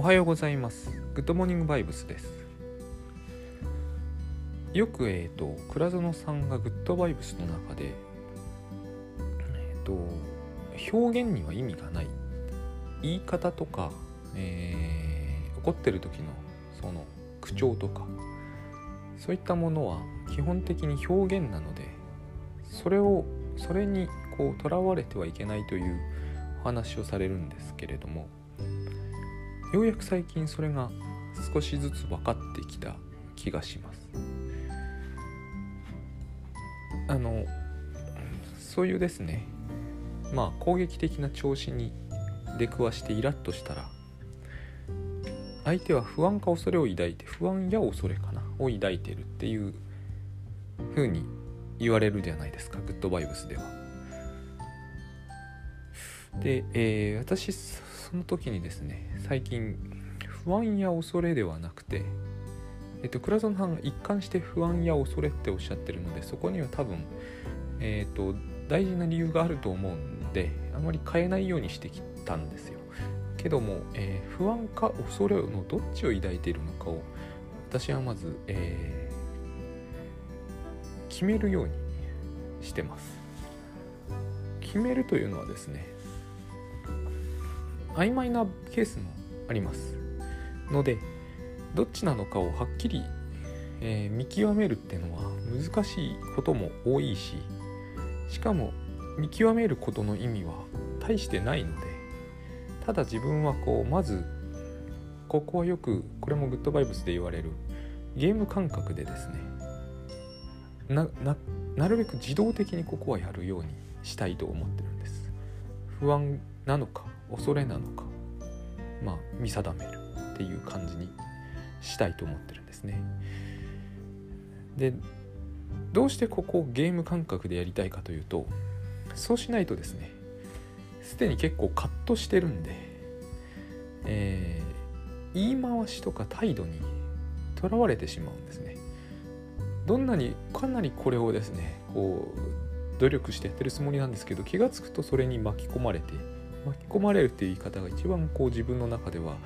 はようございます。グッドモーニングバイブスです。よく倉園さんがグッドバイブスの中で表現には意味がない、言い方とか、怒ってる時のその口調とか、そういったものは基本的に表現なので、それにとらわれてはいけないというお話をされるんですけれども、ようやく最近それが少しずつ分かってきた気がします。そういうですね、攻撃的な調子に出くわしてイラッとしたら、相手は不安か恐れを抱いて、不安や恐れかなを抱いているっていう風に言われるじゃないですか、グッドバイブスでは。で、私その時にですね、最近不安や恐れではなくて、倉園さんが一貫して不安や恐れっておっしゃってるので、そこには多分大事な理由があると思うんで、あまり変えないようにしてきたんですよ。けども、不安か恐れのどっちを抱いているのかを私はまず、決めるようにしてます。決めるというのはですね、曖昧なケースもありますので、どっちなのかをはっきり、見極めるっていうのは難しいことも多いし、しかも見極めることの意味は大してないので、ただ自分はまずここはよく、これもグッドバイブスで言われるゲーム感覚でですね、なるべく自動的にここはやるようにしたいと思ってるんです。不安なのか恐れなのか、見定めるっていう感じにしたいと思ってるんですね。で、どうしてここをゲーム感覚でやりたいかというと、そうしないとですね、すでに結構カットしてるんで、言い回しとか態度にとらわれてしまうんですね。どんなにかなりこれをですね、努力してやってるつもりなんですけど、気がつくとそれに巻き込まれるっていう言い方が一番自分の中では、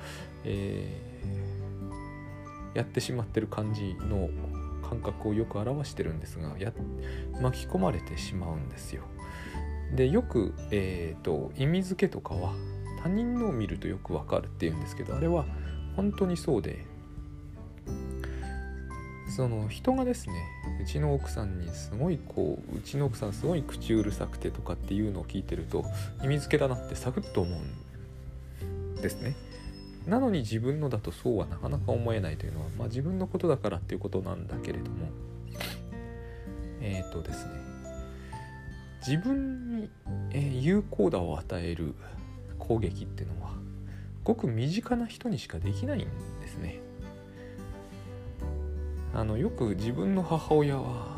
やってしまってる感じの感覚をよく表してるんですが、巻き込まれてしまうんですよ。で、よく、意味付けとかは他人のを見るとよくわかるっていうんですけど、あれは本当にそうで、その人がですね、うちの奥さんすごい口うるさくてとかっていうのを聞いてると、意味付けだなってサクッと思うんですね。なのに自分のだとそうはなかなか思えないというのは、自分のことだからっていうことなんだけれども、ですね、自分に、有効打を与える攻撃っていうのはごく身近な人にしかできないんですね。よく自分の母親は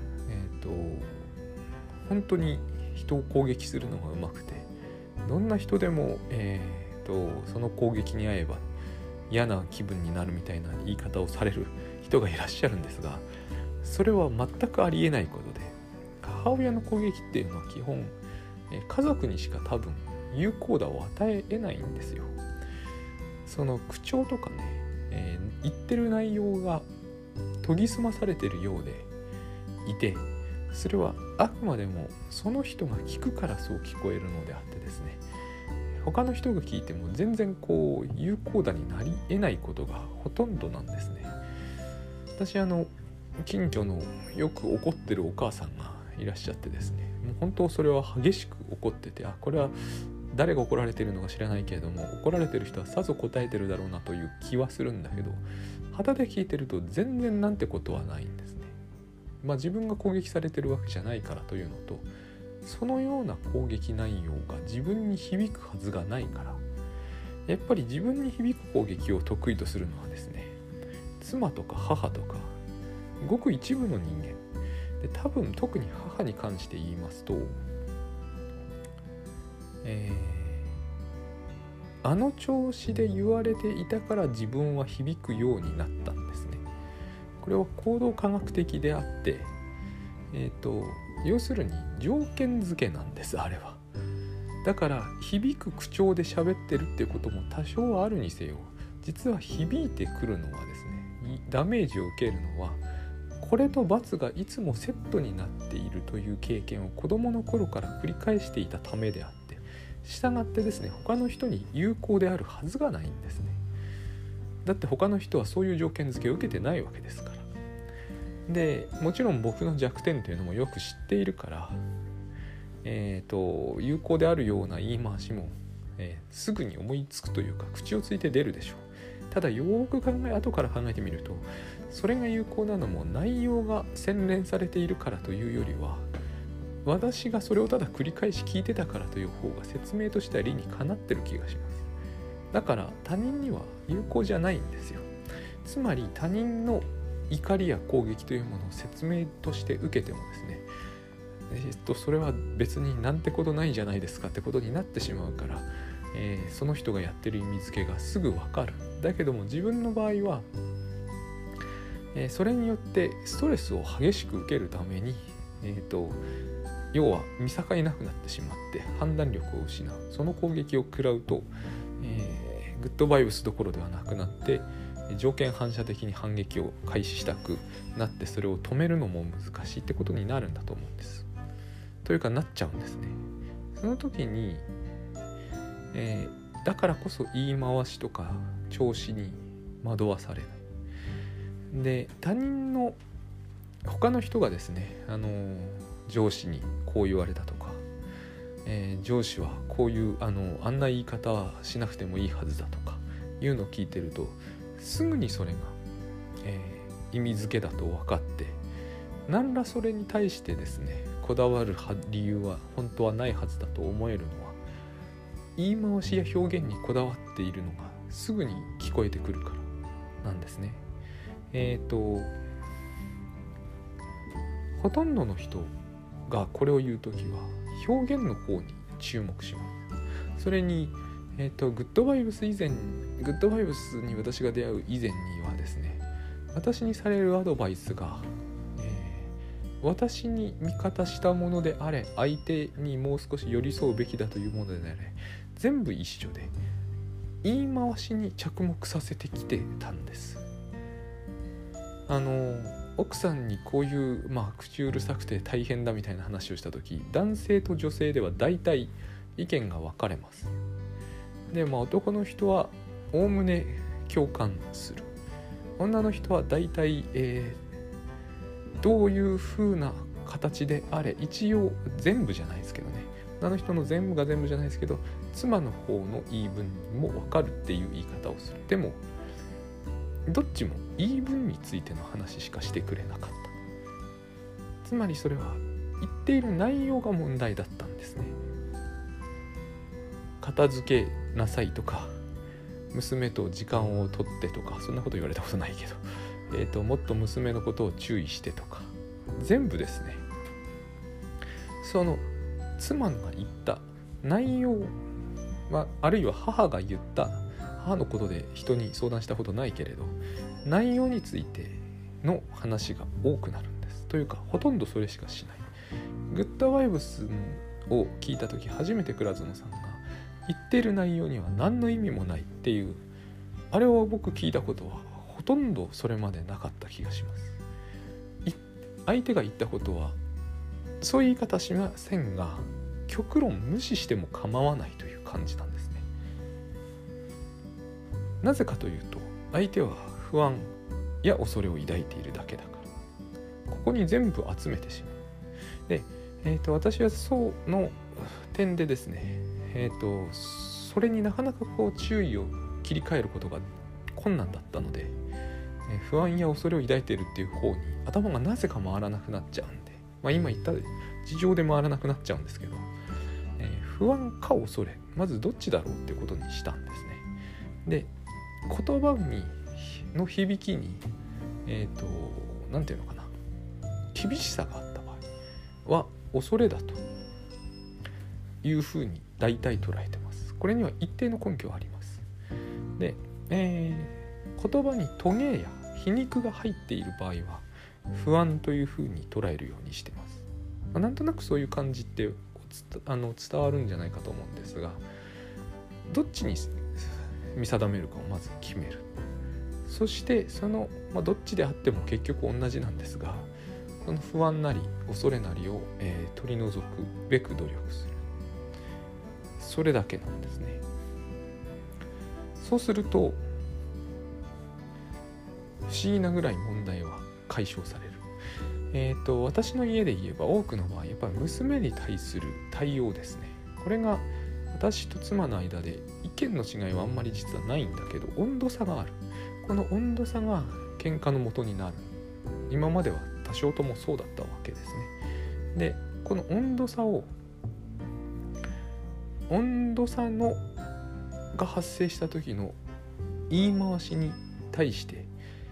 本当に人を攻撃するのがうまくて、どんな人でもその攻撃に遭えば嫌な気分になるみたいな言い方をされる人がいらっしゃるんですが、それは全くありえないことで、母親の攻撃っていうのは基本家族にしか多分有効打を与えないんですよ。その口調とかね、言ってる内容が研ぎ澄まされているようでいて、それはあくまでもその人が聞くからそう聞こえるのであってですね、他の人が聞いても全然有効打になり得ないことがほとんどなんですね。私近所のよく怒ってるお母さんがいらっしゃってですね、もう本当それは激しく怒ってて、これは誰が怒られてるのか知らないけれども、怒られてる人はさぞ答えてるだろうなという気はするんだけど、肌で聞いてると全然なんてことはないんですね。自分が攻撃されてるわけじゃないからというのと、そのような攻撃内容が自分に響くはずがないから、やっぱり自分に響く攻撃を得意とするのはですね、妻とか母とかごく一部の人間で、多分特に母に関して言いますと、あの調子で言われていたから自分は響くようになったんですね。これは行動科学的であって、要するに条件付けなんです、あれは。だから響く口調で喋ってるっていうことも多少はあるにせよ、 実は響いてくるのはですね、ダメージを受けるのはこれと罰がいつもセットになっているという経験を子どもの頃から繰り返していたためであって、従ってですね、他の人に有効であるはずがないんですね。だって他の人はそういう条件付けを受けてないわけですから。でもちろん僕の弱点というのもよく知っているから、有効であるような言い回しも、すぐに思いつくというか口をついて出るでしょう。ただよく後から考えてみると、それが有効なのも内容が洗練されているからというよりは、私がそれをただ繰り返し聞いてたからという方が説明としては理にかなってる気がします。だから他人には有効じゃないんですよ。つまり他人の怒りや攻撃というものを説明として受けてもですね、それは別になんてことないじゃないですかってことになってしまうから、その人がやってる意味付けがすぐわかる。だけども自分の場合は、それによってストレスを激しく受けるために、要は見境なくなってしまって判断力を失う。その攻撃を食らうと、グッドバイブスどころではなくなって条件反射的に反撃を開始したくなって、それを止めるのも難しいってことになるんだと思うんです。というかなっちゃうんですね。その時に、だからこそ言い回しとか調子に惑わされない。で他の人がですね、上司にこう言われたとか、上司はこういうあんな言い方はしなくてもいいはずだとかいうのを聞いてると、すぐにそれが、意味付けだと分かって、何らそれに対してですねこだわる理由は本当はないはずだと思えるのは、言い回しや表現にこだわっているのがすぐに聞こえてくるからなんですね。ほとんどの人がこれを言うときは表現の方に注目します。それに、グッドバイブスに私が出会う以前にはですね、私にされるアドバイスが、私に味方したものであれ、相手にもう少し寄り添うべきだというものであれ、全部一緒で言い回しに着目させてきてたんです。奥さんにこういう、口うるさくて大変だみたいな話をした時、男性と女性では大体意見が分かれます。で、男の人はおおむね共感する。女の人は大体、どういう風な形であれ、一応全部じゃないですけどね、女の人の全部が全部じゃないですけど、妻の方の言い分も分かるっていう言い方をする。でもどっちも言い分についての話しかしてくれなかった。つまりそれは言っている内容が問題だったんですね。片付けなさいとか、娘と時間を取ってとか、そんなこと言われたことないけど、もっと娘のことを注意してとか、全部ですね、その妻が言った内容は、あるいは母が言った母のことで人に相談したことないけれど、内容についての話が多くなるんです。というかほとんどそれしかしない。グッドバイブスを聞いた時、初めて倉園さんが言っている内容には何の意味もないっていう、あれを僕聞いたことはほとんどそれまでなかった気がします。相手が言ったことはそういう言い方しませんが、極論無視しても構わないという感じなんですね。なぜかというと、相手は不安や恐れを抱いているだけだから、ここに全部集めてしまう。で、私はその点でですね、それになかなか注意を切り替えることが困難だったので、不安や恐れを抱いているっていう方に頭がなぜか回らなくなっちゃうんで、今言った事情で回らなくなっちゃうんですけど、不安か恐れ、まずどっちだろうっていうことにしたんですね。で、言葉の響きになんていうのかな、厳しさがあった場合は恐れだというふうに大体捉えてます。これには一定の根拠があります。で、言葉にトゲや皮肉が入っている場合は不安というふうに捉えるようにしてます。なんとなくそういう感じって伝わるんじゃないかと思うんですが、どっちに見定めるかをまず決める。そしてその、どっちであっても結局同じなんですが、その不安なり恐れなりを、取り除くべく努力する。それだけなんですね。そうすると不思議なぐらい問題は解消される。私の家で言えば多くの場合やっぱり娘に対する対応ですね。これが私と妻の間で意見の違いはあんまり実はないんだけど、温度差がある。この温度差が喧嘩の元になる。今までは多少ともそうだったわけですね。でこの温度差のが発生した時の言い回しに対して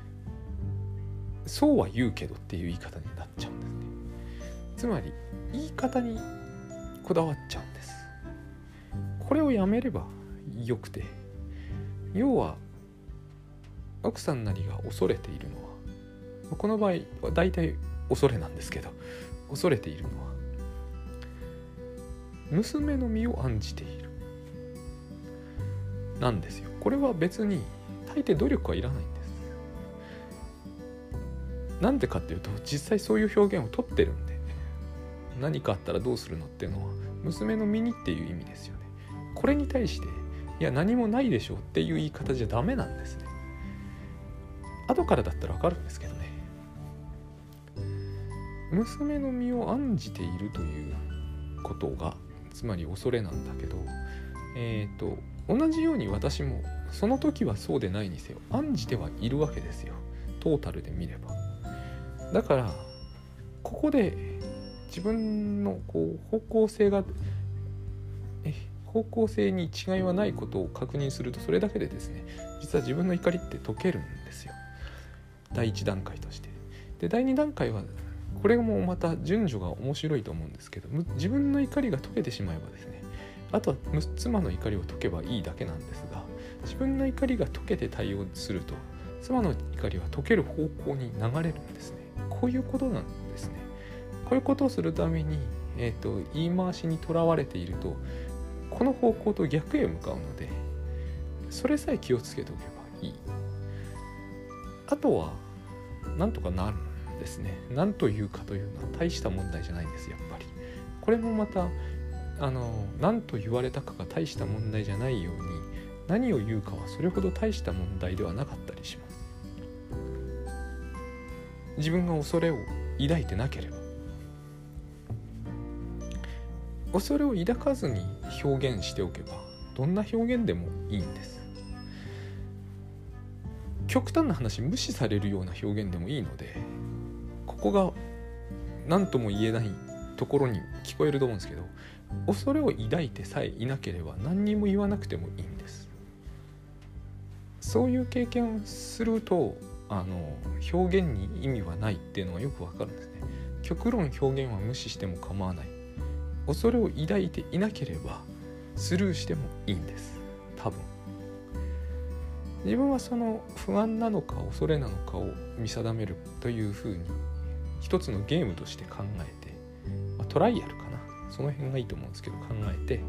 そうは言うけどっていう言い方になっちゃうんですね。つまり言い方にこだわっちゃうんです。これをやめればよくて、要は奥さんなりが恐れているのは、この場合は大体恐れなんですけど、恐れているのは娘の身を案じているなんですよ。これは別に大抵努力はいらないんです。なんでかっていうと実際そういう表現を取ってるんで、何かあったらどうするのっていうのは娘の身にっていう意味ですよね。これに対していや何もないでしょうっていう言い方じゃダメなんですね。後からだったらわかるんですけどね。娘の身を案じているということがつまり恐れなんだけど、同じように私もその時はそうでないにせよ案じてはいるわけですよ。トータルで見れば。だからここで自分の方向性に違いはないことを確認すると、それだけでですね、実は自分の怒りって解けるんですよ。第一段階として。で第二段階はこれもまた順序が面白いと思うんですけど、自分の怒りが解けてしまえばですね、あとは妻の怒りを解けばいいだけなんですが、自分の怒りが解けて対応すると妻の怒りは解ける方向に流れるんですね。こういうことなんですね。こういうことをするために、言い回しにとらわれているとこの方向と逆へ向かうので、それさえ気をつけておけばいい。あとはなんとかなるんですね。何というかというのは大した問題じゃないんです。やっぱりこれもまた何と言われたかが大した問題じゃないように、何を言うかはそれほど大した問題ではなかったりします。自分が恐れを抱いてなければ、恐れを抱かずに表現しておけばどんな表現でもいいんです。極端な話、無視されるような表現でもいいので、ここが何とも言えないところに聞こえると思うんですけど、恐れを抱いてさえいなければ何にも言わなくてもいいんです。そういう経験をすると表現に意味はないっていうのがよくわかるんですね。極論表現は無視しても構わない。恐れを抱いていなければスルーしてもいいんです。多分自分はその不安なのか恐れなのかを見定めるというふうに一つのゲームとして考えて、トライアルかな、その辺がいいと思うんですけど考えて、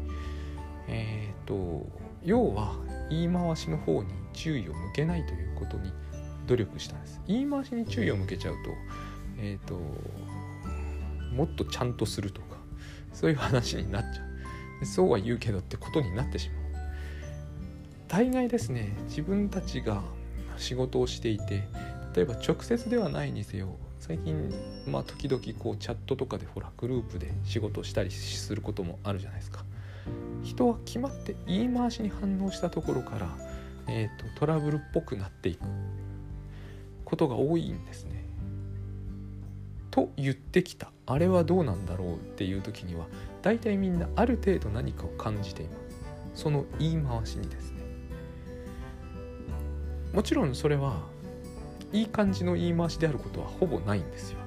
要は言い回しの方に注意を向けないということに努力したんです。言い回しに注意を向けちゃうと、もっとちゃんとするとかそういう話になっちゃう。そうは言うけどってことになってしまう。大概ですね、自分たちが仕事をしていて、例えば直接ではないにせよ、最近時々チャットとかでグループで仕事をしたりすることもあるじゃないですか。人は決まって言い回しに反応したところから、トラブルっぽくなっていくことが多いんですね。と言ってきたあれはどうなんだろうっていう時には大体みんなある程度何かを感じています。その言い回しにですね。もちろんそれはいい感じの言い回しであることはほぼないんですよ。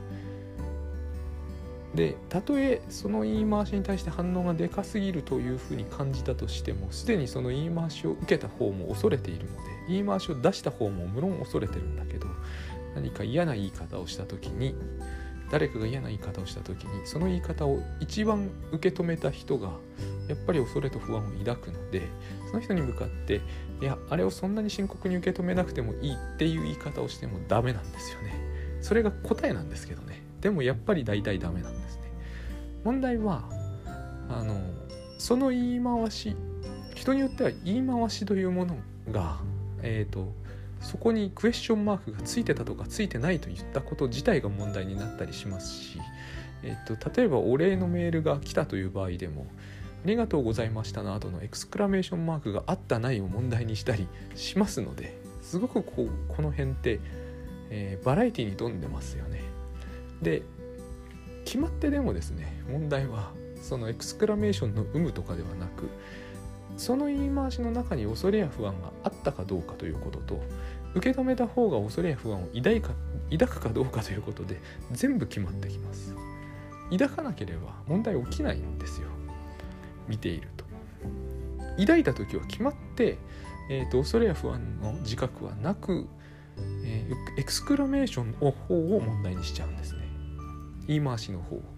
で、たとえその言い回しに対して反応がでかすぎるというふうに感じたとしても、すでにその言い回しを受けた方も恐れているので、言い回しを出した方も無論恐れてるんだけど、何か嫌な言い方をした時に誰かが嫌な言い方をした時に、その言い方を一番受け止めた人がやっぱり恐れと不安を抱くので、その人に向かっていやあれをそんなに深刻に受け止めなくてもいいっていう言い方をしてもダメなんですよね。それが答えなんですけどね。でもやっぱり大体ダメなんですね。問題はその言い回し、人によっては言い回しというものがそこにクエスチョンマークがついてたとかついてないといったこと自体が問題になったりしますし、例えばお礼のメールが来たという場合でも、ありがとうございましたの後のエクスクラメーションマークがあったないを問題にしたりしますので、すごくこの辺って、バラエティに富んでますよね。で決まってでもですね、問題はそのエクスクラメーションの有無とかではなく、その言い回しの中に恐れや不安があったかどうかということと、受け止めた方が恐れや不安を抱くかどうかということで全部決まってきます。抱かなければ問題起きないんですよ。見ていると抱いた時は決まって、恐れや不安の自覚はなく、エクスクラメーションの方を問題にしちゃうんですね。言い回しの方を。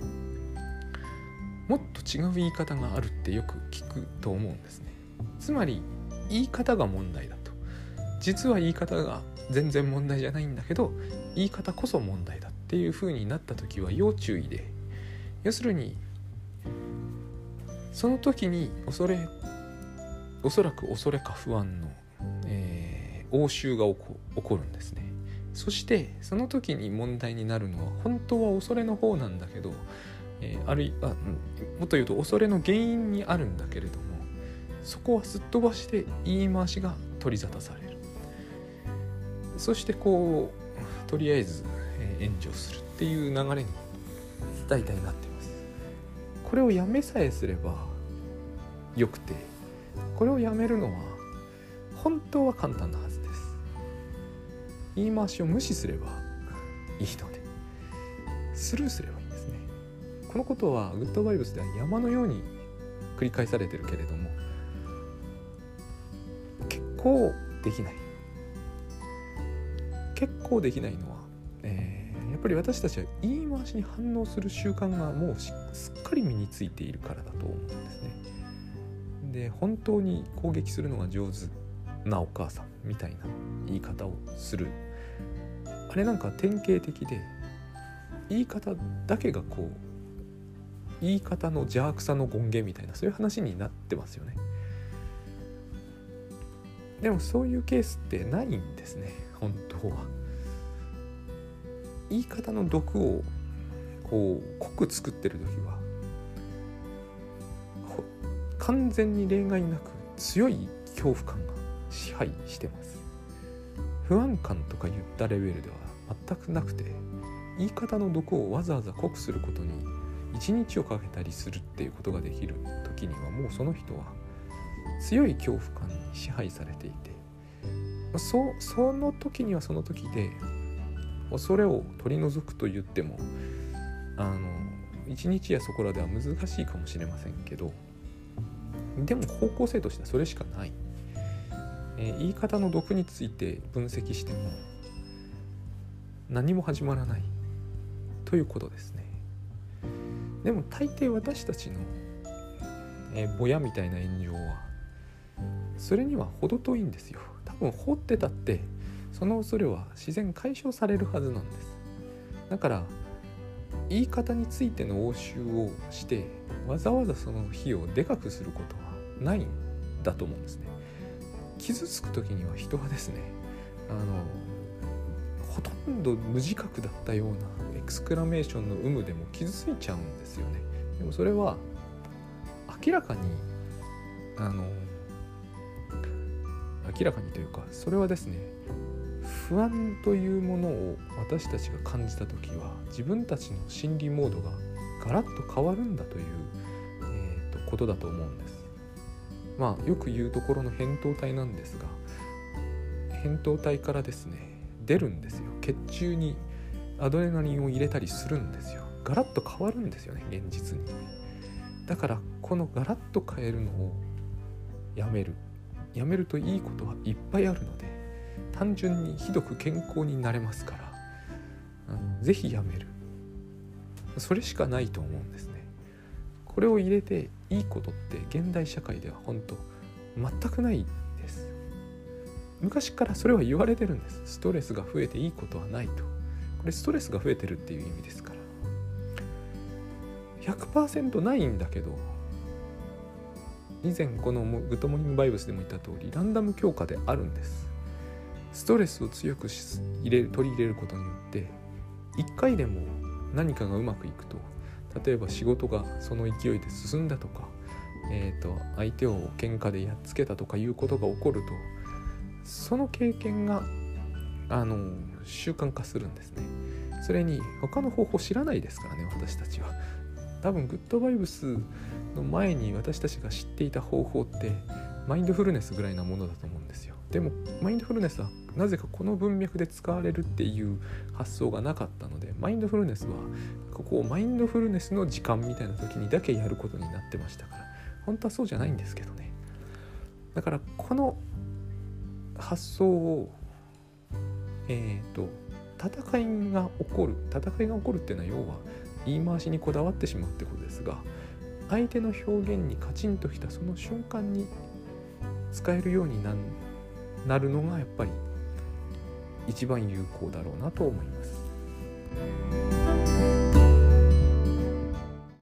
もっと違う言い方があるってよく聞くと思うんですね。つまり言い方が問題だと。実は言い方が全然問題じゃないんだけど、言い方こそ問題だっていう風になった時は要注意で、要するにその時におそらく恐れか不安の、応酬が起こるんですね。そしてその時に問題になるのは本当は恐れの方なんだけど、もっと言うと恐れの原因にあるんだけれども、そこはすっ飛ばして言い回しが取り沙汰される。そしてとりあえず炎上するっていう流れに大体なっています。これをやめさえすればよくて、これをやめるのは本当は簡単なはずです。言い回しを無視すればいいので、スルーすればいいんですね。このことはグッドバイブスでは山のように繰り返されてるけれども、結構できないのは、やっぱり私たちは言い回しに反応する習慣がもうすっかり身についているからだと思うんですね。で、本当に攻撃するのが上手なお母さんみたいな言い方をする、あれなんか典型的で、言い方だけが言い方の邪悪さの権限みたいな、そういう話になってますよね。でもそういうケースってないんですね。本当は言い方の毒を濃く作ってる時は完全に例外なく強い恐怖感が支配してます。不安感とか言ったレベルでは全くなくて、言い方の毒をわざわざ濃くすることに一日をかけたりするっていうことができる時には、もうその人は強い恐怖感に支配されていて、その時にはその時で恐れを取り除くと言っても一日やそこらでは難しいかもしれませんけど、でも方向性としてはそれしかない。言い方の毒について分析しても何も始まらないということですね。でも大抵私たちの、ぼやみたいな炎上はそれには程遠いんですよ。多分放ってたってその恐れは自然解消されるはずなんです。だから言い方についての応酬をしてわざわざその費用をでかくすることはないんだと思うんですね。傷つく時には人はですね、ほとんど無自覚だったようなエクスクラメーションの有無でも傷ついちゃうんですよね。でもそれは明らかにというか、それはですね、不安というものを私たちが感じた時は自分たちの心理モードがガラッと変わるんだという、ことだと思うんです。よく言うところの扁桃体なんですが、扁桃体からですね出るんですよ。血中にアドレナリンを入れたりするんですよ。ガラッと変わるんですよね、現実に。だからこのガラッと変えるのをやめるといいことはいっぱいあるので、単純にひどく健康になれますから、ぜひやめる。 それしかないと思うんですね。これを入れていいことって現代社会では本当全くないです。昔からそれは言われてるんです。ストレスが増えていいことはないと。これストレスが増えてるっていう意味ですから。100% ないんだけど、以前このグッドモーニングバイブスでも言った通り、ランダム強化であるんです。ストレスを強く取り入れることによって一回でも何かがうまくいくと、例えば仕事がその勢いで進んだとか、相手を喧嘩でやっつけたとかいうことが起こると、その経験が習慣化するんですね。それに他の方法知らないですからね、私たちは。多分グッドバイブスの前に私たちが知っていた方法ってマインドフルネスぐらいなものだと思うんですよ。でもマインドフルネスはなぜかこの文脈で使われるっていう発想がなかったので、マインドフルネスはここをマインドフルネスの時間みたいな時にだけやることになってましたから、本当はそうじゃないんですけどね。だからこの発想を戦いが起こるっていうのは、要は言い回しにこだわってしまうってことですが、相手の表現にカチンときたその瞬間に使えるようになるのがやっぱり一番有効だろうなと思います。